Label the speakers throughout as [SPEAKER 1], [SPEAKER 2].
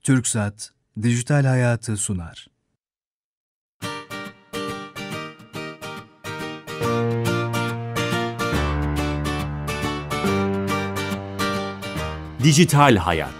[SPEAKER 1] TürkSat Dijital Hayatı sunar.
[SPEAKER 2] Dijital Hayat.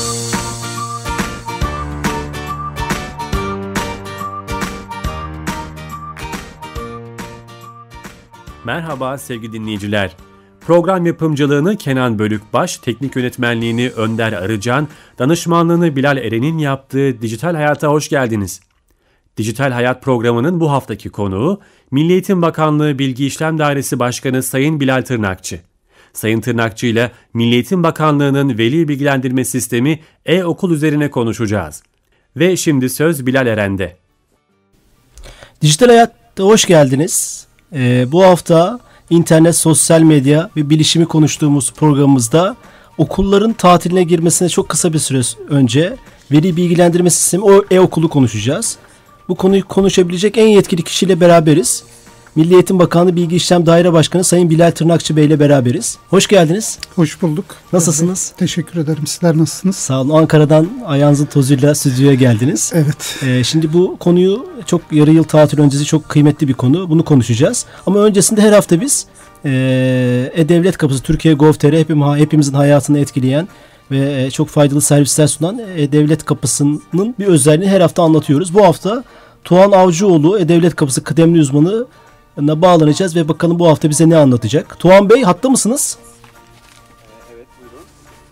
[SPEAKER 2] Merhaba sevgili dinleyiciler. Program yapımcılığını Kenan Bölükbaş, teknik yönetmenliğini Önder Arıcan, danışmanlığını Bilal Eren'in yaptığı Dijital Hayat'a hoş geldiniz. Dijital Hayat programının bu haftaki konuğu Milli Eğitim Bakanlığı Bilgi İşlem Dairesi Başkanı Sayın Bilal Tırnakçı. Sayın Tırnakçı ile Milli Eğitim Bakanlığı'nın veli bilgilendirme sistemi e-okul üzerine konuşacağız. Ve şimdi söz Bilal Eren'de.
[SPEAKER 3] Dijital Hayat'a hoş geldiniz. Bu hafta internet, sosyal medya ve bilişimi konuştuğumuz programımızda okulların tatiline girmesine çok kısa bir süre önce veli bilgilendirme sistemi e-okulu konuşacağız. Bu konuyu konuşabilecek en yetkili kişiyle beraberiz. Milli Eğitim Bakanlığı Bilgi İşlem Daire Başkanı Sayın Bilal Tırnakçı Bey ile beraberiz. Hoş geldiniz.
[SPEAKER 4] Hoş bulduk.
[SPEAKER 3] Nasılsınız?
[SPEAKER 4] Teşekkür ederim. Sizler nasılsınız?
[SPEAKER 3] Sağ olun. Ankara'dan ayağınızın tozuyla stüdyoya geldiniz.
[SPEAKER 4] Evet.
[SPEAKER 3] Şimdi bu konuyu çok yarı yıl tatil öncesi çok kıymetli bir konu. Bunu konuşacağız. Ama öncesinde her hafta biz E-Devlet Kapısı Türkiye Gov.tr hepimizin hayatını etkileyen ve çok faydalı servisler sunan E-Devlet Kapısı'nın bir özelliğini her hafta anlatıyoruz. Bu hafta Tuğan Avcıoğlu E-Devlet Kapısı kıdemli uzmanı bağlanacağız ve bakalım bu hafta bize ne anlatacak. Tuğan Bey hatta mısınız?
[SPEAKER 5] Evet buyurun.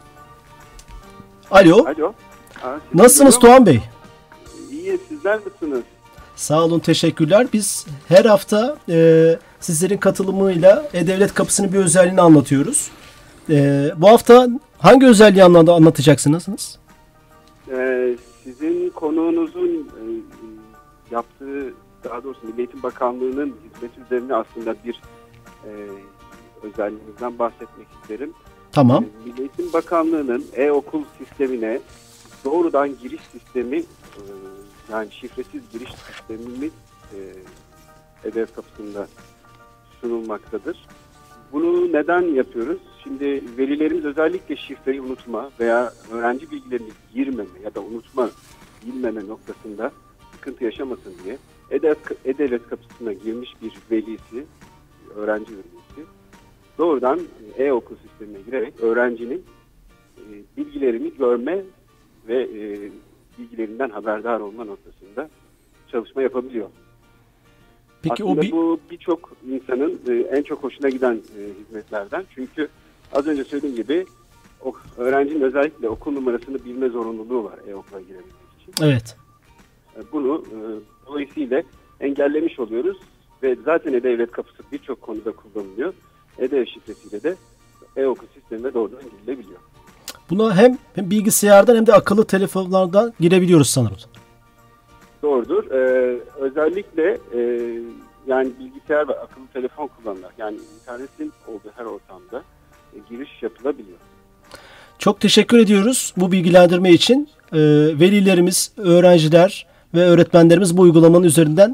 [SPEAKER 3] Alo.
[SPEAKER 5] Alo.
[SPEAKER 3] Nasılsınız Tuğan Bey?
[SPEAKER 5] İyi, sizler misiniz?
[SPEAKER 3] Sağ olun, teşekkürler. Biz her hafta sizlerin katılımıyla E-Devlet Kapısı'nın bir özelliğini anlatıyoruz. Bu hafta hangi özelliği anlatacaksınız?
[SPEAKER 5] Sizin konuğunuzun yaptığı, daha doğrusu Milli Eğitim Bakanlığı'nın hizmeti üzerine aslında bir özelliğimizden bahsetmek isterim.
[SPEAKER 3] Tamam.
[SPEAKER 5] Milli Eğitim Bakanlığı'nın e-okul sistemine doğrudan giriş sistemi, yani şifresiz giriş sistemimiz E-Devlet Kapısı'nda sunulmaktadır. Bunu neden yapıyoruz? Şimdi velilerimiz özellikle şifreyi unutma veya öğrenci bilgilerini girmeme ya da unutma, bilmeme noktasında sıkıntı yaşamasın diye E-Devlet Kapısı'na girmiş bir velisi, öğrenci velisi doğrudan e-okul sistemine girerek öğrencinin bilgilerini görme ve bilgilerinden haberdar olma noktasında çalışma yapabiliyor.
[SPEAKER 3] Peki
[SPEAKER 5] aslında bu birçok insanın en çok hoşuna giden hizmetlerden. Çünkü az önce söylediğim gibi öğrencinin özellikle okul numarasını bilme zorunluluğu var e-okula girebilmek için.
[SPEAKER 3] Evet.
[SPEAKER 5] Bunu dolayısıyla engellemiş oluyoruz ve zaten E-Devlet Kapısı birçok konuda kullanılıyor. E-Devlet şifresiyle de e-okul sistemine doğrudan girilebiliyor.
[SPEAKER 3] Buna hem bilgisayardan hem de akıllı telefonlardan girebiliyoruz sanırım.
[SPEAKER 5] Doğrudur. Özellikle yani bilgisayar ve akıllı telefon kullanılarak, yani internetin olduğu her ortamda giriş yapılabiliyor.
[SPEAKER 3] Çok teşekkür ediyoruz bu bilgilendirme için. Velilerimiz, öğrenciler ve öğretmenlerimiz bu uygulamanın üzerinden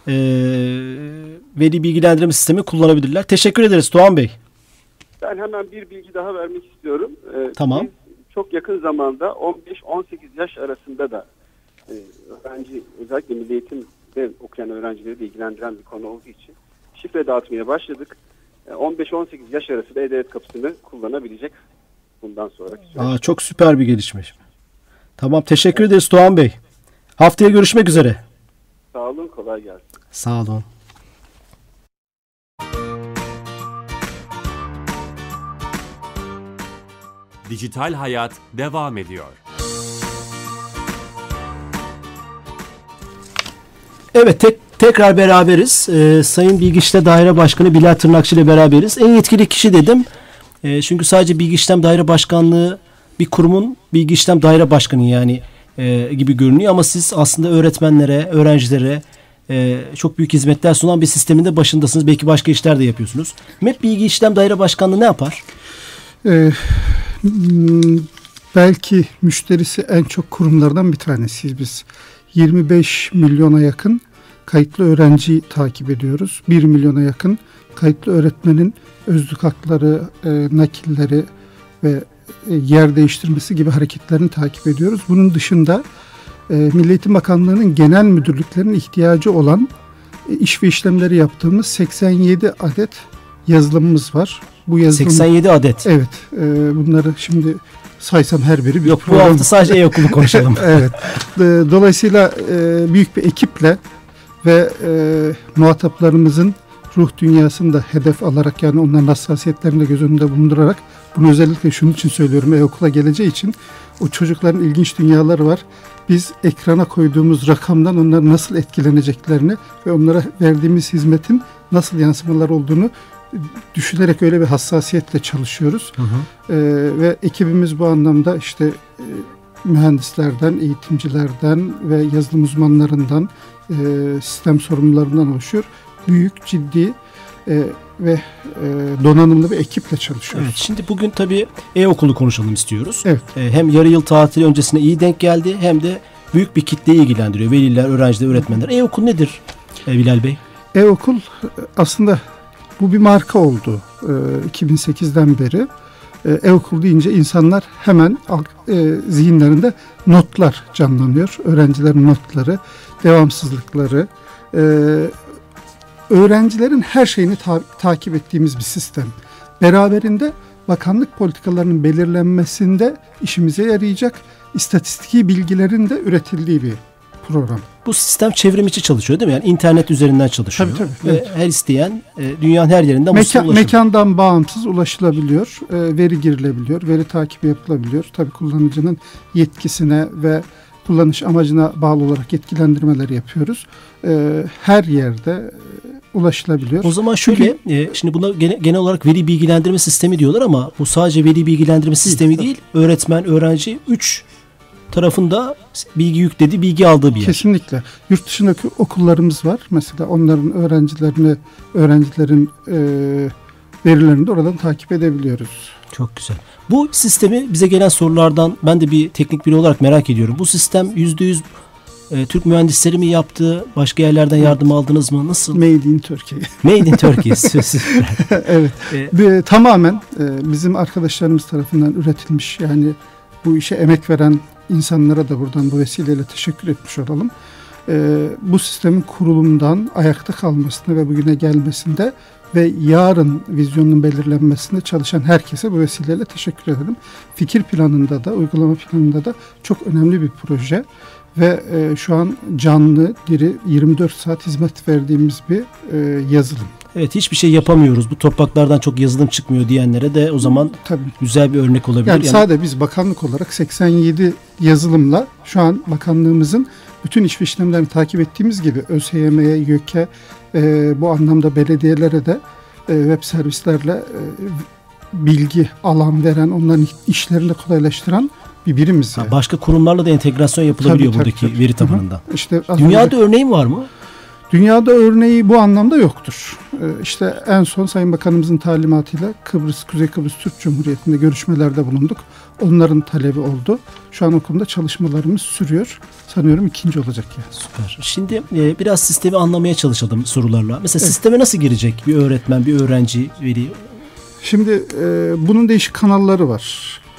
[SPEAKER 3] veli bilgilendirme sistemi kullanabilirler. Teşekkür ederiz Tuğan Bey.
[SPEAKER 5] Ben hemen bir bilgi daha vermek istiyorum.
[SPEAKER 3] Tamam.
[SPEAKER 5] Biz çok yakın zamanda 15-18 yaş arasında da öğrenci, özellikle milli eğitimde okuyan öğrencileri de ilgilendiren bir konu olduğu için şifre dağıtmaya başladık. 15-18 yaş arası da E-Devlet Kapısı'nı kullanabilecek bundan sonraki süreç.
[SPEAKER 3] Çok süper bir gelişme. Tamam, teşekkür ederiz Tuğan Bey. Haftaya görüşmek üzere.
[SPEAKER 5] Sağ olun, kolay gelsin.
[SPEAKER 3] Sağ olun.
[SPEAKER 2] Dijital Hayat devam ediyor.
[SPEAKER 3] Evet, tekrar beraberiz. Sayın Bilgi İşlem Daire Başkanı Bilal Tırnakçı ile beraberiz. En yetkili kişi dedim. Çünkü sadece Bilgi İşlem Daire Başkanlığı bir kurumun Bilgi İşlem Daire Başkanı yani gibi görünüyor. Ama siz aslında öğretmenlere, öğrencilere çok büyük hizmetler sunan bir sistemin de başındasınız. Belki başka işler de yapıyorsunuz. MEP Bilgi İşlem Daire Başkanlığı ne yapar?
[SPEAKER 4] Belki müşterisi en çok kurumlardan bir tanesiyiz biz. 25 milyona yakın kayıtlı öğrenciyi takip ediyoruz. 1 milyona yakın kayıtlı öğretmenin özlük hakları, nakilleri ve yer değiştirmesi gibi hareketlerini takip ediyoruz. Bunun dışında Milli Eğitim Bakanlığı'nın genel müdürlüklerinin ihtiyacı olan iş ve işlemleri yaptığımız 87 adet yazılımımız var. Bu yazılım,
[SPEAKER 3] 87 adet.
[SPEAKER 4] Evet. Bunları şimdi saysam her biri bir
[SPEAKER 3] Yok,
[SPEAKER 4] program.
[SPEAKER 3] bu hafta sadece e-okulu konuşalım.
[SPEAKER 4] Evet. Dolayısıyla büyük bir ekiple ve muhataplarımızın ruh dünyasını da hedef alarak, yani onların hassasiyetlerini de göz önünde bulundurarak, bunu özellikle şunun için söylüyorum, e-okula geleceği için o çocukların ilginç dünyaları var. Biz ekrana koyduğumuz rakamdan onlar nasıl etkileneceklerini ve onlara verdiğimiz hizmetin nasıl yansımalar olduğunu düşünerek öyle bir hassasiyetle çalışıyoruz. Ve ekibimiz bu anlamda işte mühendislerden, eğitimcilerden ve yazılım uzmanlarından, sistem sorumlularından oluşuyor. Büyük, ciddi ve donanımlı bir ekiple çalışıyoruz.
[SPEAKER 3] Evet, şimdi bugün tabii e-okulu konuşalım istiyoruz.
[SPEAKER 4] Evet.
[SPEAKER 3] Hem yarı yıl tatili öncesine iyi denk geldi, hem de büyük bir kitleyi ilgilendiriyor. Veliler, öğrenciler, öğretmenler. E-okul nedir Bilal Bey?
[SPEAKER 4] E-okul aslında bu bir marka oldu 2008'den beri. E-okul deyince insanlar hemen zihinlerinde notlar canlanıyor. Öğrencilerin notları, devamsızlıkları, öğrencilerin her şeyini takip ettiğimiz bir sistem. Beraberinde bakanlık politikalarının belirlenmesinde işimize yarayacak istatistiki bilgilerin de üretildiği bir program.
[SPEAKER 3] Bu sistem çevrim içi çalışıyor değil mi? Yani internet üzerinden çalışıyor.
[SPEAKER 4] Tabii,
[SPEAKER 3] ve
[SPEAKER 4] evet.
[SPEAKER 3] her isteyen dünyanın her yerinden ulaşabiliyor.
[SPEAKER 4] Mekandan bağımsız ulaşılabiliyor, veri girilebiliyor, veri takibi yapılabiliyor. Tabii kullanıcının yetkisine ve kullanış amacına bağlı olarak yetkilendirmeleri yapıyoruz. Her yerde ulaşılabiliyor.
[SPEAKER 3] O zaman şöyle, şimdi buna genel olarak veli bilgilendirme sistemi diyorlar ama bu sadece veli bilgilendirme sistemi değil, öğretmen, öğrenci 3 tarafında bilgi yüklediği, bilgi aldığı bir yer.
[SPEAKER 4] Kesinlikle. Yurt dışındaki okullarımız var. Mesela onların öğrencilerin verilerini de oradan takip edebiliyoruz.
[SPEAKER 3] Çok güzel. Bu sistemi bize gelen sorulardan ben de bir teknik biri olarak merak ediyorum. Bu sistem %100 Türk mühendisleri mi yaptı? Başka yerlerden yardım aldınız mı? Nasıl?
[SPEAKER 4] Made in Turkey.
[SPEAKER 3] Made in Turkey.
[SPEAKER 4] Evet. Tamamen bizim arkadaşlarımız tarafından üretilmiş. Yani bu işe emek veren insanlara da buradan bu vesileyle teşekkür etmiş olalım. Bu sistemin kurulumdan ayakta kalmasına ve bugüne gelmesinde ve yarın vizyonunun belirlenmesinde çalışan herkese bu vesileyle teşekkür ederim. Fikir planında da, uygulama planında da çok önemli bir proje ve şu an canlı, diri 24 saat hizmet verdiğimiz bir yazılım.
[SPEAKER 3] Evet, hiçbir şey yapamıyoruz, bu topraklardan çok yazılım çıkmıyor diyenlere de o zaman
[SPEAKER 4] tabii
[SPEAKER 3] güzel bir örnek olabilir.
[SPEAKER 4] Yani sadece biz bakanlık olarak 87 yazılımla şu an bakanlığımızın bütün iş ve işlemlerini takip ettiğimiz gibi ÖSYM'ye, YÖK'e, bu anlamda belediyelere de web servislerle bilgi alan veren, onların işlerini de kolaylaştıran bir birimiz. Yani.
[SPEAKER 3] Başka kurumlarla da entegrasyon yapılabiliyor buradaki veri tabanından.
[SPEAKER 4] İşte
[SPEAKER 3] dünyada örneğin var mı?
[SPEAKER 4] Dünyada örneği bu anlamda yoktur. İşte en son Sayın Bakanımızın talimatıyla Kuzey Kıbrıs Türk Cumhuriyeti'nde görüşmelerde bulunduk. Onların talebi oldu. Şu an o konuda çalışmalarımız sürüyor. Sanıyorum ikinci olacak yani.
[SPEAKER 3] Süper. Şimdi biraz sistemi anlamaya çalışalım sorularla. Mesela sisteme nasıl girecek bir öğretmen, bir öğrenci, veli?
[SPEAKER 4] Şimdi bunun değişik kanalları var.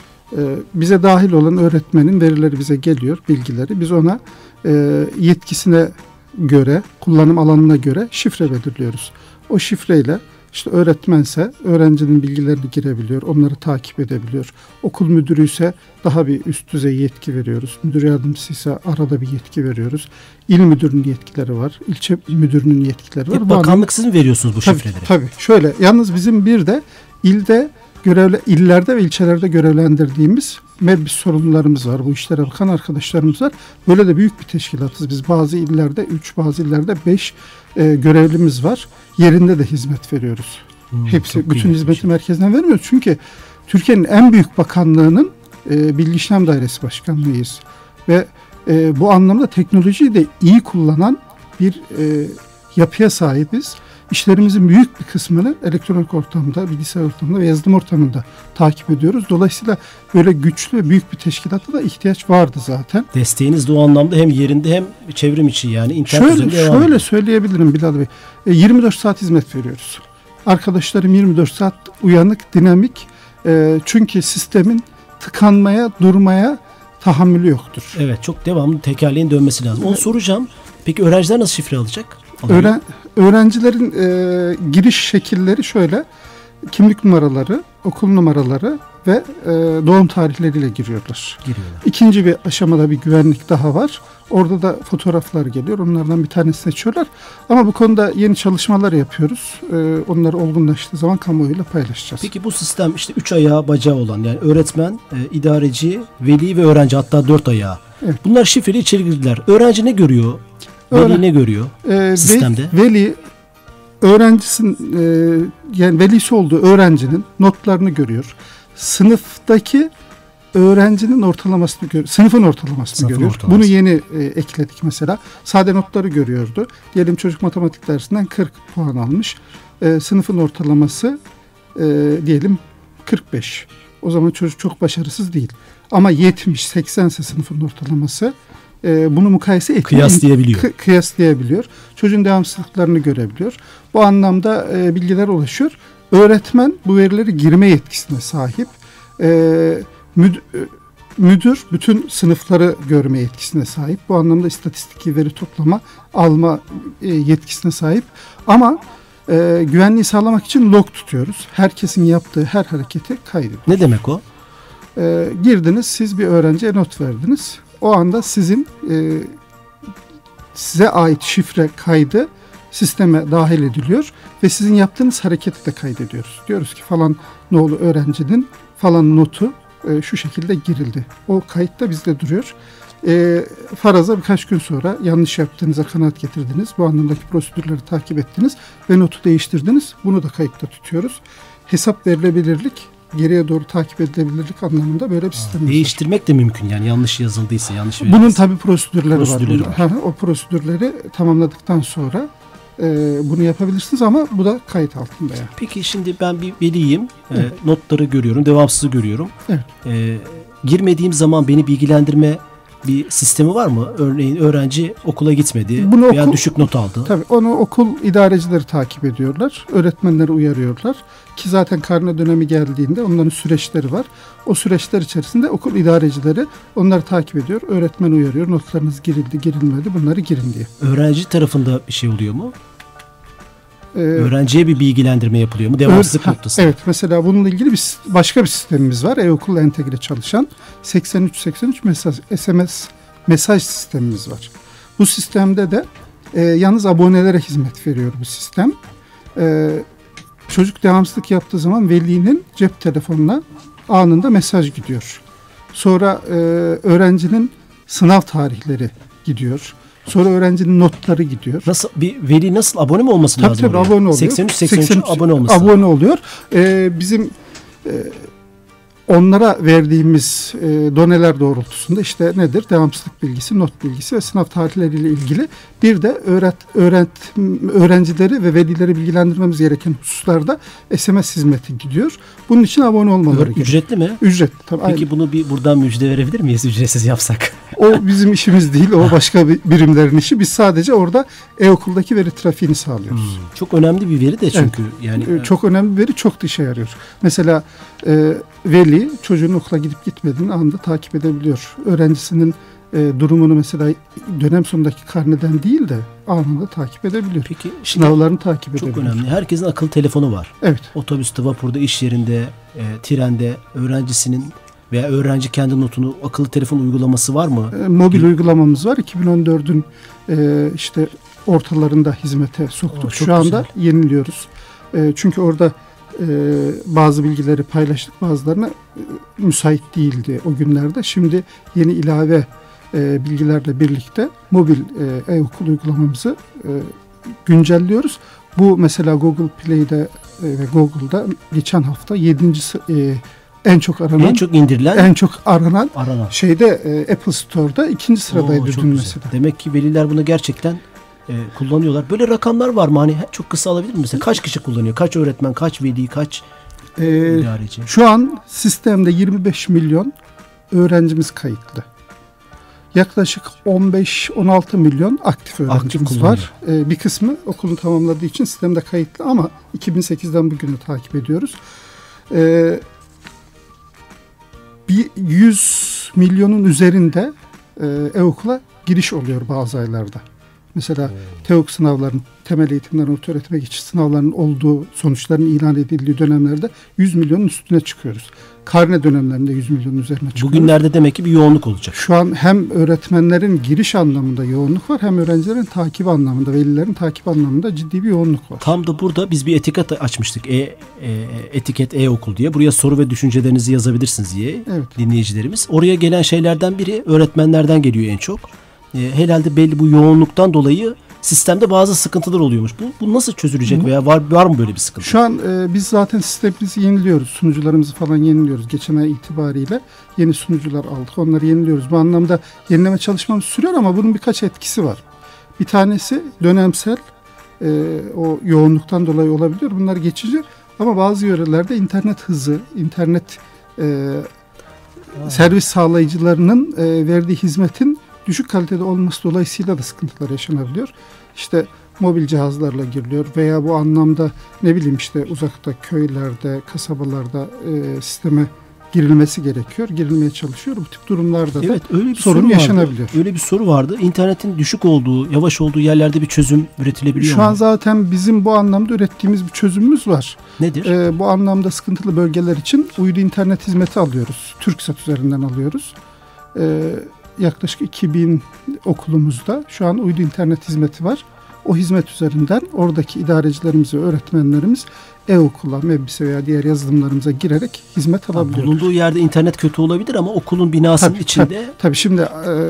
[SPEAKER 4] Bize dahil olan öğretmenin verileri bize geliyor, bilgileri. Biz ona yetkisine göre, kullanım alanına göre şifre belirliyoruz. O şifreyle işte öğretmense öğrencinin bilgilerini girebiliyor, onları takip edebiliyor. Okul müdürü ise daha bir üst düzey yetki veriyoruz. Müdür yardımcısıysa arada bir yetki veriyoruz. İl müdürünün yetkileri var, ilçe müdürünün yetkileri var.
[SPEAKER 3] Bakanlık siz mi veriyorsunuz bu şifreleri?
[SPEAKER 4] Tabii. Şöyle, yalnız bizim bir de illerde ve ilçelerde görevlendirdiğimiz meclis sorumlularımız var. Bu işlere bakan arkadaşlarımız var. Böyle de büyük bir teşkilatız. Biz bazı illerde 3, bazı illerde 5 görevlimiz var. Yerinde de hizmet veriyoruz. Hepsi, bütün hizmeti merkezden vermiyoruz. Çünkü Türkiye'nin en büyük bakanlığının Bilgi İşlem Dairesi Başkanlığıyız. Ve bu anlamda teknolojiyi de iyi kullanan bir yapıya sahibiz. İşlerimizin büyük bir kısmını elektronik ortamda, bilgisayar ortamında ve yazılım ortamında takip ediyoruz. Dolayısıyla böyle güçlü ve büyük bir teşkilatta da ihtiyaç vardı zaten.
[SPEAKER 3] Desteğiniz de o anlamda hem yerinde hem çevrim içi, yani internet üzerinde devam ediyor.
[SPEAKER 4] Şöyle söyleyebilirim Bilal Bey. 24 saat hizmet veriyoruz. Arkadaşlarım 24 saat uyanık, dinamik. Çünkü sistemin tıkanmaya, durmaya tahammülü yoktur.
[SPEAKER 3] Evet, çok devamlı tekerleğin dönmesi lazım. Onu soracağım. Peki öğrenciler nasıl şifre alacak?
[SPEAKER 4] Öğrencilerin giriş şekilleri şöyle: kimlik numaraları, okul numaraları ve doğum tarihleriyle giriyorlar. İkinci bir aşamada bir güvenlik daha var. Orada da fotoğraflar geliyor. Onlardan bir tanesini seçiyorlar. Ama bu konuda yeni çalışmalar yapıyoruz. Onları olgunlaştığı zaman kamuoyuyla paylaşacağız.
[SPEAKER 3] Peki bu sistem işte 3 ayağı bacağı olan, yani öğretmen, idareci, veli ve öğrenci, hatta 4 ayağı.
[SPEAKER 4] Evet.
[SPEAKER 3] Bunlar şifreli içeri girdiler. Öğrenci ne görüyor? Veli ne görüyor sistemde?
[SPEAKER 4] Veli öğrencisin yani velisi olduğu öğrencinin notlarını görüyor. Sınıftaki öğrencinin ortalamasını görüyor. Sınıfın ortalamasını görüyor. Bunu yeni ekledik mesela. Sade notları görüyordu. Diyelim çocuk matematik dersinden 40 puan almış. Sınıfın ortalaması diyelim 45. O zaman çocuk çok başarısız değil. Ama 70-80 ise sınıfın ortalaması, bunu mukayese etmiyor. Kıyaslayabiliyor. Çocuğun devamsızlıklarını görebiliyor. Bu anlamda bilgiler ulaşıyor. Öğretmen bu verileri girme yetkisine sahip. Müdür bütün sınıfları görme yetkisine sahip. Bu anlamda istatistiki veri toplama, alma yetkisine sahip. Ama güvenliği sağlamak için log tutuyoruz. Herkesin yaptığı her hareketi kaydediyoruz.
[SPEAKER 3] Ne demek o?
[SPEAKER 4] Girdiniz, siz bir öğrenciye not verdiniz. O anda sizin size ait şifre kaydı sisteme dahil ediliyor ve sizin yaptığınız hareketi de kaydediyoruz. Diyoruz ki falan nolu öğrencinin falan notu şu şekilde girildi. O kayıt da bizde duruyor. Faraza birkaç gün sonra yanlış yaptığınıza kanaat getirdiniz. Bu anlamdaki prosedürleri takip ettiniz ve notu değiştirdiniz. Bunu da kayıtta tutuyoruz. Hesap verilebilirlik, geriye doğru takip edilebilirlik anlamında böyle bir sistemimiz var.
[SPEAKER 3] Değiştirmek de mümkün yani, yanlış yazıldıysa, yanlış
[SPEAKER 4] bunun tabii prosedürleri var. O prosedürleri tamamladıktan sonra bunu yapabilirsiniz ama bu da kayıt altında yani.
[SPEAKER 3] Peki şimdi ben bir veliyim. Notları görüyorum, devamsızı görüyorum.
[SPEAKER 4] Evet.
[SPEAKER 3] Girmediğim zaman beni bilgilendirme bir sistemi var mı? Örneğin öğrenci okula gitmedi veya düşük not aldı.
[SPEAKER 4] Tabii onu okul idarecileri takip ediyorlar. Öğretmenleri uyarıyorlar. Ki zaten karne dönemi geldiğinde onların süreçleri var. O süreçler içerisinde okul idarecileri onları takip ediyor. Öğretmen uyarıyor. Notlarınız girildi, girilmedi. Bunları girin diye.
[SPEAKER 3] Öğrenci tarafında bir şey oluyor mu? Öğrenciye bir bilgilendirme yapılıyor mu? Devamsızlık noktası.
[SPEAKER 4] Evet. Mesela bununla ilgili başka bir sistemimiz var. E-Okul'la entegre çalışan 8383 SMS mesaj sistemimiz var. Bu sistemde de yalnız abonelere hizmet veriyor bu sistem. Çocuk devamsızlık yaptığı zaman velinin cep telefonuna anında mesaj gidiyor. Sonra öğrencinin sınav tarihleri gidiyor. Sonra öğrencinin notları gidiyor.
[SPEAKER 3] Nasıl bir veli nasıl abone mi olması lazım?
[SPEAKER 4] Tabii abone oluyor.
[SPEAKER 3] 83 abone olması lazım.
[SPEAKER 4] Abone oluyor. Bizim onlara verdiğimiz doneler doğrultusunda işte nedir? Devamsızlık bilgisi, not bilgisi ve sınav tarihleriyle ilgili bir de öğrencileri ve velileri bilgilendirmemiz gereken hususlarda SMS hizmeti gidiyor. Bunun için abone olmaları gerekiyor.
[SPEAKER 3] Ücretli mi?
[SPEAKER 4] Ücretli. Tabii,
[SPEAKER 3] peki bunu bir buradan müjde verebilir miyiz ücretsiz yapsak?
[SPEAKER 4] O bizim işimiz değil. O başka birimlerin işi. Biz sadece orada e-okuldaki veri trafiğini sağlıyoruz.
[SPEAKER 3] Çok önemli bir veri de çünkü.
[SPEAKER 4] Evet.
[SPEAKER 3] Yani
[SPEAKER 4] çok önemli bir veri, çok da işe yarıyor. Mesela veli çocuğun okula gidip gitmediğini anında takip edebiliyor. Öğrencisinin durumunu mesela dönem sonundaki karneden değil de anında takip edebiliyor.
[SPEAKER 3] Peki
[SPEAKER 4] sınavlarını takip edebiliyor.
[SPEAKER 3] Çok önemli. Herkesin akıllı telefonu var.
[SPEAKER 4] Evet.
[SPEAKER 3] Otobüste, vapurda, iş yerinde, trende öğrencisinin veya öğrenci kendi notunu akıllı telefon uygulaması var mı?
[SPEAKER 4] Mobil uygulamamız var. 2014'ün işte ortalarında hizmete soktuk. Şu anda yeniliyoruz. Çünkü orada bazı bilgileri paylaştık, bazılarına müsait değildi o günlerde. Şimdi yeni ilave bilgilerle birlikte mobil e-okul uygulamamızı güncelliyoruz. Bu mesela Google Play'de ve Google'da geçen hafta 7. en çok aranan,
[SPEAKER 3] en çok indirilen,
[SPEAKER 4] en çok aranan şeyde Apple Store'da 2. sıradaydı dün mesela.
[SPEAKER 3] Demek ki veliler bunu gerçekten kullanıyorlar. Böyle rakamlar var mı? Hani çok kısa alabilir miyim? Mesela kaç kişi kullanıyor? Kaç öğretmen, kaç veli, kaç idareci?
[SPEAKER 4] Şu an sistemde 25 milyon öğrencimiz kayıtlı. Yaklaşık 15-16 milyon aktif öğrencimiz var. Bir kısmı okulunu tamamladığı için sistemde kayıtlı ama 2008'den bugünü takip ediyoruz. 100 milyonun üzerinde e-okula giriş oluyor bazı aylarda. Mesela TEOK sınavların, temel eğitimden ortaöğretime geçiş sınavlarının olduğu, sonuçların ilan edildiği dönemlerde 100 milyonun üstüne çıkıyoruz. Karne dönemlerinde 100 milyonun üzerine çıkıyoruz.
[SPEAKER 3] Bugünlerde demek ki bir yoğunluk olacak.
[SPEAKER 4] Şu an hem öğretmenlerin giriş anlamında yoğunluk var, hem öğrencilerin takip anlamında, velilerin takip anlamında ciddi bir yoğunluk var.
[SPEAKER 3] Tam da burada biz bir etiket açmıştık. Etiket e-okul diye. Buraya soru ve düşüncelerinizi yazabilirsiniz diye dinleyicilerimiz. Oraya gelen şeylerden biri öğretmenlerden geliyor en çok. Herhalde belli bu yoğunluktan dolayı sistemde bazı sıkıntılar oluyormuş. Bu nasıl çözülecek veya var mı böyle bir sıkıntı?
[SPEAKER 4] Şu an biz zaten sistemimizi yeniliyoruz. Sunucularımızı falan yeniliyoruz. Geçen ay itibariyle yeni sunucular aldık. Onları yeniliyoruz. Bu anlamda yenileme çalışmamız sürüyor ama bunun birkaç etkisi var. Bir tanesi dönemsel, o yoğunluktan dolayı olabiliyor. Bunlar geçici ama bazı yörelerde internet hızı, internet servis sağlayıcılarının verdiği hizmetin düşük kalitede olması dolayısıyla da sıkıntılar yaşanabiliyor. İşte mobil cihazlarla giriliyor veya bu anlamda işte uzakta köylerde, kasabalarda sisteme girilmesi gerekiyor. Girilmeye çalışıyor. Bu tip durumlarda da
[SPEAKER 3] öyle bir
[SPEAKER 4] sorun yaşanabiliyor.
[SPEAKER 3] Öyle bir soru vardı. İnternetin düşük olduğu, yavaş olduğu yerlerde bir çözüm üretilebiliyor mu?
[SPEAKER 4] Şu an zaten bizim bu anlamda ürettiğimiz bir çözümümüz var.
[SPEAKER 3] Nedir?
[SPEAKER 4] Bu anlamda sıkıntılı bölgeler için uydu internet hizmeti alıyoruz. TürkSat üzerinden alıyoruz. Yaklaşık 2000 okulumuzda şu an uydu internet hizmeti var. O hizmet üzerinden oradaki idarecilerimiz ve öğretmenlerimiz e-okula, MEBİS'e veya diğer yazılımlarımıza girerek hizmet alabiliyor.
[SPEAKER 3] Bulunduğu yerde internet kötü olabilir ama okulun binasının içinde...
[SPEAKER 4] Tabii şimdi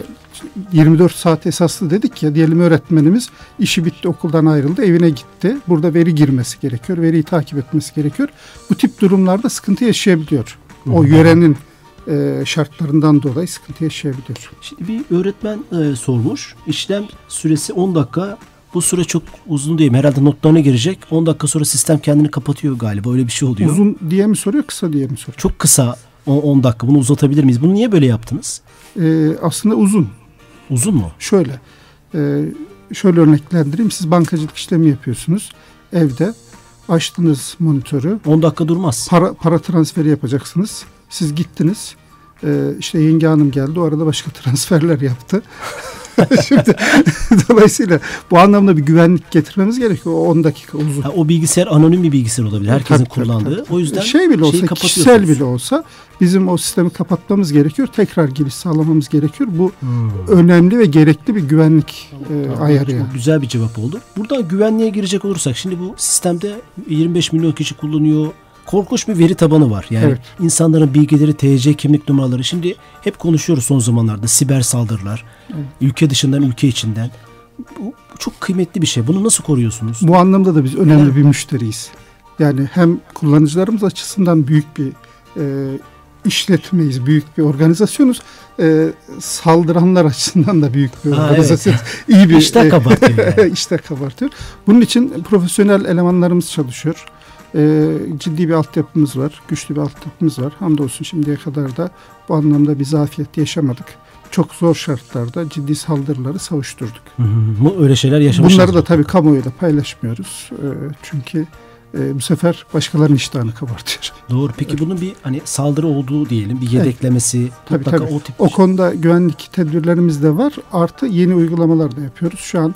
[SPEAKER 4] 24 saat esaslı dedik ya, diyelim öğretmenimiz işi bitti, okuldan ayrıldı, evine gitti. Burada veri girmesi gerekiyor, veriyi takip etmesi gerekiyor. Bu tip durumlarda sıkıntı yaşayabiliyor. O yörenin şartlarından dolayı sıkıntı yaşayabiliyor.
[SPEAKER 3] Şimdi bir öğretmen sormuş. İşlem süresi 10 dakika. Bu süre çok uzun değil mi? Herhalde notlarına girecek. 10 dakika sonra sistem kendini kapatıyor galiba. Öyle bir şey oluyor.
[SPEAKER 4] Uzun diye mi soruyor, kısa diye mi soruyor?
[SPEAKER 3] Çok kısa 10 dakika. Bunu uzatabilir miyiz? Bunu niye böyle yaptınız?
[SPEAKER 4] Aslında uzun.
[SPEAKER 3] Uzun mu?
[SPEAKER 4] Şöyle örneklendireyim. Siz bankacılık işlemi yapıyorsunuz. Evde açtınız monitörü.
[SPEAKER 3] 10 dakika durmaz.
[SPEAKER 4] Para transferi yapacaksınız. Siz gittiniz. İşte yenge hanım geldi. O arada başka transferler yaptı. Şimdi dolayısıyla bu anlamda bir güvenlik getirmemiz gerekiyor. O 10 dakika uzun.
[SPEAKER 3] O bilgisayar anonim bir bilgisayar olabilir. Herkesin kullandığı. Tabii. O yüzden
[SPEAKER 4] bile olsa, kişisel bile olsa bizim o sistemi kapatmamız gerekiyor. Tekrar giriş sağlamamız gerekiyor. Bu önemli ve gerekli bir güvenlik ayarı.
[SPEAKER 3] Çok güzel bir cevap oldu. Buradan güvenliğe girecek olursak, şimdi bu sistemde 25 milyon kişi kullanıyor. Korkunç bir veri tabanı var. Yani insanların bilgileri, TC kimlik numaraları. Şimdi hep konuşuyoruz son zamanlarda. Siber saldırılar. Ülke dışından, ülke içinden. Bu çok kıymetli bir şey. Bunu nasıl koruyorsunuz?
[SPEAKER 4] Bu anlamda da biz önemli bir müşteriyiz. Yani hem kullanıcılarımız açısından büyük bir işletmeyiz, büyük bir organizasyonuz. Saldıranlar açısından da büyük bir organizasyon. İyi bir
[SPEAKER 3] İşte kabartıyor.
[SPEAKER 4] İşte kabartıyor. Bunun için profesyonel elemanlarımız çalışıyor. Ciddi bir altyapımız var. Güçlü bir altyapımız var. Hamdolsun şimdiye kadar da bu anlamda bir zafiyet yaşamadık. Çok zor şartlarda ciddi saldırıları savuşturduk.
[SPEAKER 3] Öyle şeyler yaşamışız.
[SPEAKER 4] Bunları da tabii kamuoyuyla paylaşmıyoruz. Çünkü bu sefer başkalarının iştahını kabartıyor.
[SPEAKER 3] Doğru. Peki bunun bir saldırı olduğu diyelim, bir yedeklemesi, mutlaka
[SPEAKER 4] tabii.
[SPEAKER 3] o tip.
[SPEAKER 4] O konuda güvenlik tedbirlerimiz de var. Artı yeni uygulamalar da yapıyoruz. Şu an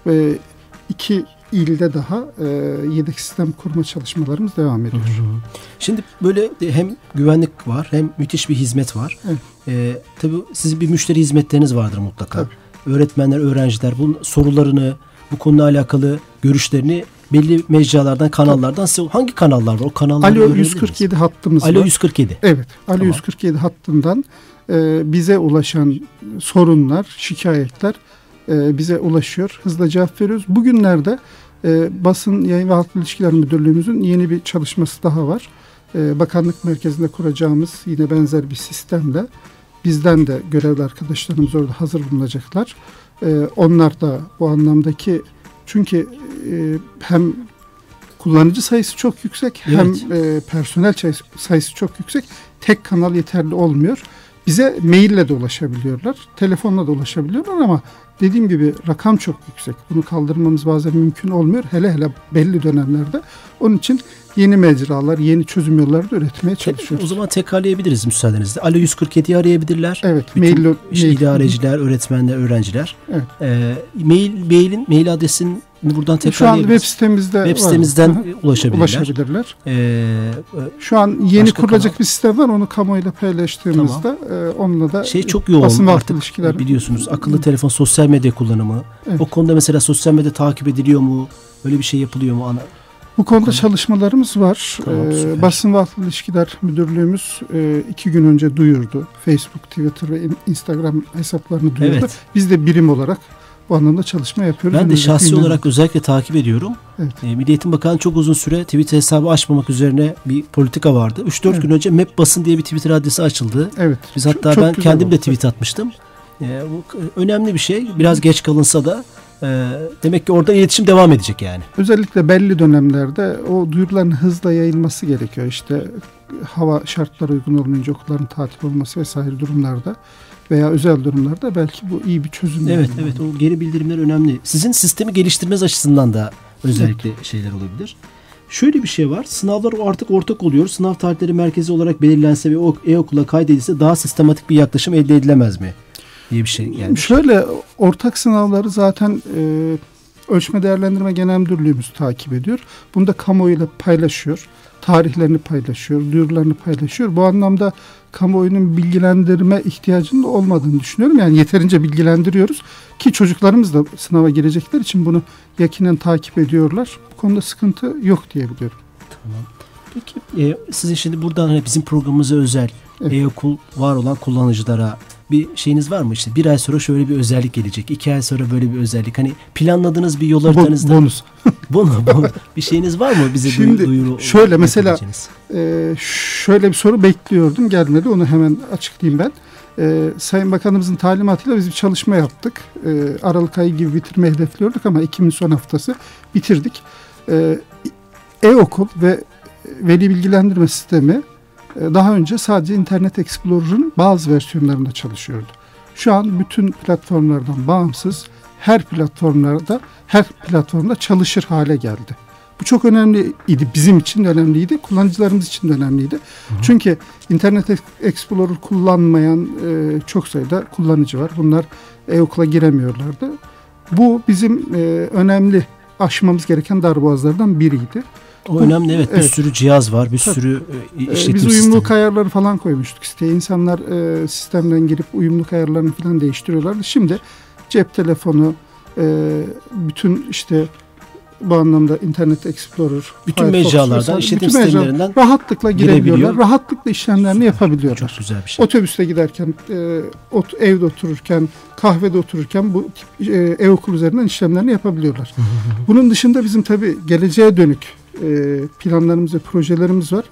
[SPEAKER 4] 2 ilde daha yedek sistem kurma çalışmalarımız devam ediyor.
[SPEAKER 3] Şimdi böyle hem güvenlik var, hem müthiş bir hizmet var. Tabii sizin bir müşteri hizmetleriniz vardır mutlaka. Tabii. Öğretmenler, öğrenciler bunun sorularını, bu konuyla alakalı görüşlerini belli mecralardan, kanallardan, hangi kanallar var? O kanalları
[SPEAKER 4] Alo 147 hattımız var.
[SPEAKER 3] Alo 147.
[SPEAKER 4] Evet. Alo 147 hattından bize ulaşan sorunlar, şikayetler bize ulaşıyor. Hızla cevap veriyoruz. Bugünlerde Basın Yayın ve Halk İlişkiler Müdürlüğümüzün yeni bir çalışması daha var. Bakanlık merkezinde kuracağımız yine benzer bir sistemle bizden de görevli arkadaşlarımız orada hazır bulunacaklar. Onlar da bu anlamdaki, çünkü hem kullanıcı sayısı çok yüksek, hem personel sayısı çok yüksek. Tek kanal yeterli olmuyor. Bize maille de ulaşabiliyorlar, telefonla da ulaşabiliyorlar ama dediğim gibi rakam çok yüksek. Bunu kaldırmamız bazen mümkün olmuyor. Hele belli dönemlerde. Onun için yeni mecralar, yeni çözüm yolları da üretmeye çalışıyoruz.
[SPEAKER 3] O zaman tekrarlayabiliriz müsaadenizle. Alo 147'yi arayabilirler.
[SPEAKER 4] Evet.
[SPEAKER 3] Bütün idareciler, öğretmenler, öğrenciler.
[SPEAKER 4] Evet.
[SPEAKER 3] Mail adresini buradan
[SPEAKER 4] Şu an
[SPEAKER 3] tekrarlayabiliriz.
[SPEAKER 4] web sitemizden ulaşabilirler. Şu an yeni kurulacak kanal bir sistem var. Onu kamuoyuyla paylaştığımızda onunla da
[SPEAKER 3] çok yoğun
[SPEAKER 4] basın
[SPEAKER 3] artık
[SPEAKER 4] ilişkiler.
[SPEAKER 3] Biliyorsunuz akıllı telefon, sosyal medya kullanımı.
[SPEAKER 4] Evet.
[SPEAKER 3] O konuda mesela sosyal medya takip ediliyor mu? Öyle bir şey yapılıyor mu?
[SPEAKER 4] Bu konuda çalışmalarımız var.
[SPEAKER 3] Tamam,
[SPEAKER 4] Basın ve Halkla İlişkiler Müdürlüğümüz 2 gün önce duyurdu. Facebook, Twitter ve Instagram hesaplarını duyurdu.
[SPEAKER 3] Evet.
[SPEAKER 4] Biz de birim olarak bu anlamda çalışma yapıyoruz.
[SPEAKER 3] Ben de şahsi olarak özellikle takip ediyorum.
[SPEAKER 4] Evet.
[SPEAKER 3] Milli Eğitim Bakanı çok uzun süre Twitter hesabı açmamak üzerine bir politika vardı. 3-4 gün önce MEP Basın diye bir Twitter adresi açıldı.
[SPEAKER 4] Evet.
[SPEAKER 3] Biz hatta ben kendim de tweet atmıştım. Bu önemli bir şey. Biraz geç kalınsa da demek ki orada iletişim devam edecek yani.
[SPEAKER 4] Özellikle belli dönemlerde o duyuruların hızla yayılması gerekiyor. İşte hava şartları uygun olmayınca okulların tatil olması vesaire durumlarda veya özel durumlarda belki bu iyi bir çözüm.
[SPEAKER 3] Evet, o geri bildirimler önemli. Sizin sistemi geliştirmeniz açısından da özellikle şeyler olabilir. Şöyle bir şey var. Sınavlar artık ortak oluyor. Sınav tarihleri merkezi olarak belirlense ve o e-okula kaydedilse daha sistematik bir yaklaşım elde edilemez mi diye bir şey gelmiş.
[SPEAKER 4] Şöyle, ortak sınavları zaten Ölçme Değerlendirme Genel Müdürlüğümüz takip ediyor. Bunu da kamuoyuyla paylaşıyor. Tarihlerini paylaşıyor, duyurularını paylaşıyor. Bu anlamda kamuoyunun bilgilendirme ihtiyacının olmadığını düşünüyorum. Yani yeterince bilgilendiriyoruz ki çocuklarımız da sınava girecekler için bunu yakinen takip ediyorlar. Bu konuda sıkıntı yok diye biliyorum.
[SPEAKER 3] Tamam. Peki sizin şimdi buradan bizim programımıza özel e-okul var olan kullanıcılara bir şeyiniz var mı? İşte bir ay sonra şöyle bir özellik gelecek. 2 ay sonra böyle bir özellik. Hani planladığınız bir yol haritanızda.
[SPEAKER 4] Bonus.
[SPEAKER 3] Bir şeyiniz var mı? Bize
[SPEAKER 4] şimdi
[SPEAKER 3] duyuru
[SPEAKER 4] şöyle mesela şöyle bir soru bekliyordum. Gelmedi. Onu hemen açıklayayım ben. Sayın Bakanımızın talimatıyla biz bir çalışma yaptık. Aralık ayı gibi bitirme hedefliyorduk ama Ekim'in son haftası bitirdik. E-okul ve veli bilgilendirme sistemi daha önce sadece Internet Explorer'ın bazı versiyonlarında çalışıyordu. Şu an bütün platformlardan bağımsız her platformda çalışır hale geldi. Bu çok önemliydi. Bizim için de önemliydi. Kullanıcılarımız için de önemliydi. Hı-hı. Çünkü Internet Explorer kullanmayan çok sayıda kullanıcı var. Bunlar e-okula giremiyorlardı. Bu bizim önemli aşmamız gereken darboğazlardan biriydi.
[SPEAKER 3] O önemli, evet. Bir sürü cihaz var, bir sürü işletim sistemi.
[SPEAKER 4] Biz uyumluluk ayarları falan koymuştuk siteye. İnsanlar sistemden girip uyumluluk ayarlarını falan değiştiriyorlardı. Şimdi cep telefonu, bütün işte bu anlamda Internet Explorer,
[SPEAKER 3] bütün mecralardan, işletim sistemlerinden
[SPEAKER 4] rahatlıkla girebiliyorlar. Rahatlıkla işlemlerini yapabiliyorlar.
[SPEAKER 3] Çok güzel bir şey.
[SPEAKER 4] Otobüste giderken, evde otururken, kahvede otururken bu e-okul üzerinden işlemlerini yapabiliyorlar. Bunun dışında bizim tabii geleceğe dönük planlarımız ve projelerimiz var.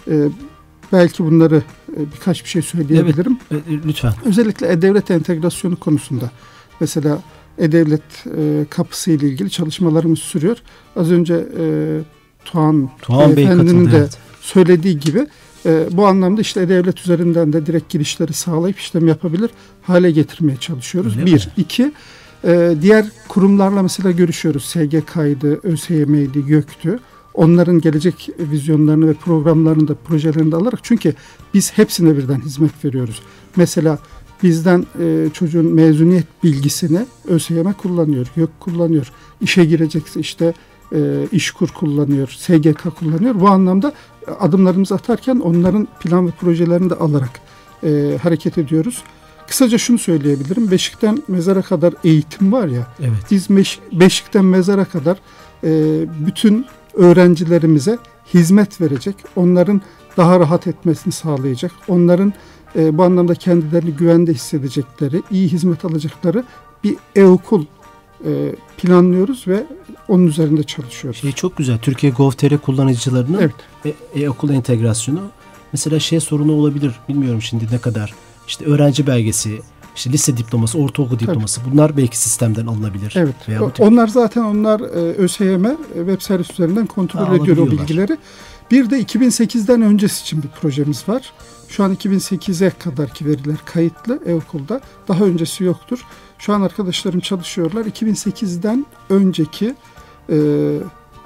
[SPEAKER 4] Belki bunları birkaç bir şey söyleyebilirim.
[SPEAKER 3] Evet, lütfen.
[SPEAKER 4] Özellikle e-devlet entegrasyonu konusunda. Mesela e-devlet kapısı ile ilgili çalışmalarımız sürüyor. Az önce Tuğan Beyefendinin de söylediği gibi bu anlamda işte e-devlet üzerinden de direkt girişleri sağlayıp işlem yapabilir hale getirmeye çalışıyoruz.
[SPEAKER 3] Öyle
[SPEAKER 4] 1.
[SPEAKER 3] mi?
[SPEAKER 4] 2. Diğer kurumlarla mesela görüşüyoruz. SGK'ydı, ÖSYM'ydi, YÖK'tü. Onların gelecek vizyonlarını ve programlarını da projelerini de alarak, çünkü biz hepsine birden hizmet veriyoruz. Mesela bizden çocuğun mezuniyet bilgisini ÖSYM kullanıyor, YÖK kullanıyor. İşe girecekse işte İşkur kullanıyor, SGK kullanıyor. Bu anlamda adımlarımızı atarken onların plan ve projelerini de alarak hareket ediyoruz. Kısaca şunu söyleyebilirim. Beşikten mezara kadar eğitim var ya.
[SPEAKER 3] Evet.
[SPEAKER 4] Biz Beşikten mezara kadar bütün öğrencilerimize hizmet verecek, onların daha rahat etmesini sağlayacak, onların bu anlamda kendilerini güvende hissedecekleri, iyi hizmet alacakları bir e-okul planlıyoruz ve onun üzerinde çalışıyoruz.
[SPEAKER 3] Çok güzel. Türkiye Gov.tr kullanıcılarının e-okul entegrasyonu. Mesela sorunu olabilir. Bilmiyorum şimdi ne kadar. İşte öğrenci belgesi, işte lise diploması, ortaokul diploması. Bunlar belki sistemden alınabilir.
[SPEAKER 4] Evet. Onlar zaten ÖSYM web servis üzerinden kontrol ediyor o bilgileri. Bir de 2008'den öncesi için bir projemiz var. Şu an 2008'e kadarki veriler kayıtlı e-okulda. Daha öncesi yoktur. Şu an arkadaşlarım çalışıyorlar. 2008'den önceki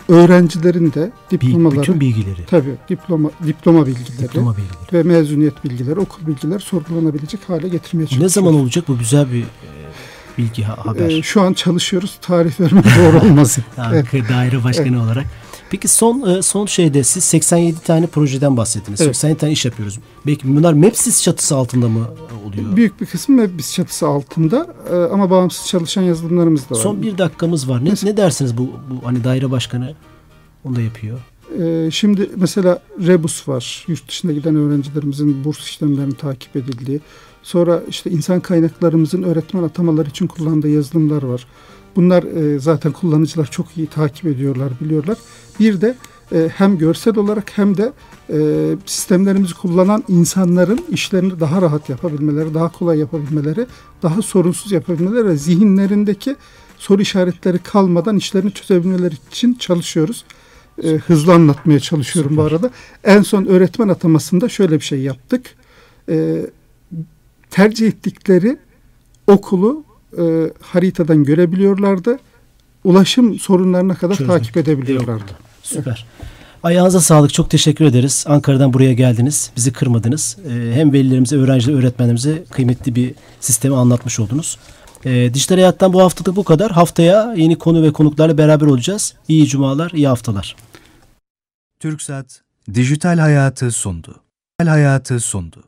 [SPEAKER 4] öğrencilerin de diplomaları,
[SPEAKER 3] Bütün bilgileri.
[SPEAKER 4] tabii diploma bilgileri
[SPEAKER 3] Diploma bilgileri.
[SPEAKER 4] ve mezuniyet bilgileri, okul bilgileri sorgulanabilecek hale getirmeye çalışıyoruz.
[SPEAKER 3] Ne zaman olacak bu güzel bir bilgi haber?
[SPEAKER 4] Şu an çalışıyoruz. Tarih vermek doğru olmaz. Evet.
[SPEAKER 3] Daire başkanı olarak. Peki son şeyde siz 87 tane projeden bahsettiniz.
[SPEAKER 4] Evet.
[SPEAKER 3] 87 tane iş yapıyoruz. Belki bunlar MEPSİS çatısı altında mı oluyor?
[SPEAKER 4] Büyük bir kısmı MEPSİS çatısı altında ama bağımsız çalışan yazılımlarımız da var.
[SPEAKER 3] Son bir dakikamız var. Ne dersiniz bu hani daire başkanı onu da yapıyor?
[SPEAKER 4] Şimdi mesela Rebus var. Yurt dışına giden öğrencilerimizin burs işlemlerinin takip edildiği. Sonra işte insan kaynaklarımızın öğretmen atamaları için kullandığı yazılımlar var. Bunlar zaten kullanıcılar çok iyi takip ediyorlar, biliyorlar. Bir de hem görsel olarak hem de sistemlerimizi kullanan insanların işlerini daha rahat yapabilmeleri, daha kolay yapabilmeleri, daha sorunsuz yapabilmeleri ve zihinlerindeki soru işaretleri kalmadan işlerini çözebilmeleri için çalışıyoruz. Hızlı anlatmaya çalışıyorum. Süper. Bu arada. En son öğretmen atamasında şöyle bir şey yaptık. Tercih ettikleri okulu haritadan görebiliyorlardı. Ulaşım sorunlarına kadar takip edebiliyorlardı.
[SPEAKER 3] Süper. Ayağınıza sağlık. Çok teşekkür ederiz. Ankara'dan buraya geldiniz. Bizi kırmadınız. Hem velilerimize, öğrencilere, öğretmenlerimize kıymetli bir sistemi anlatmış oldunuz. Dijital Hayat'tan bu haftalık bu kadar. Haftaya yeni konu ve konuklarla beraber olacağız. İyi cumalar, iyi haftalar.
[SPEAKER 1] TürkSat Dijital Hayatı sundu.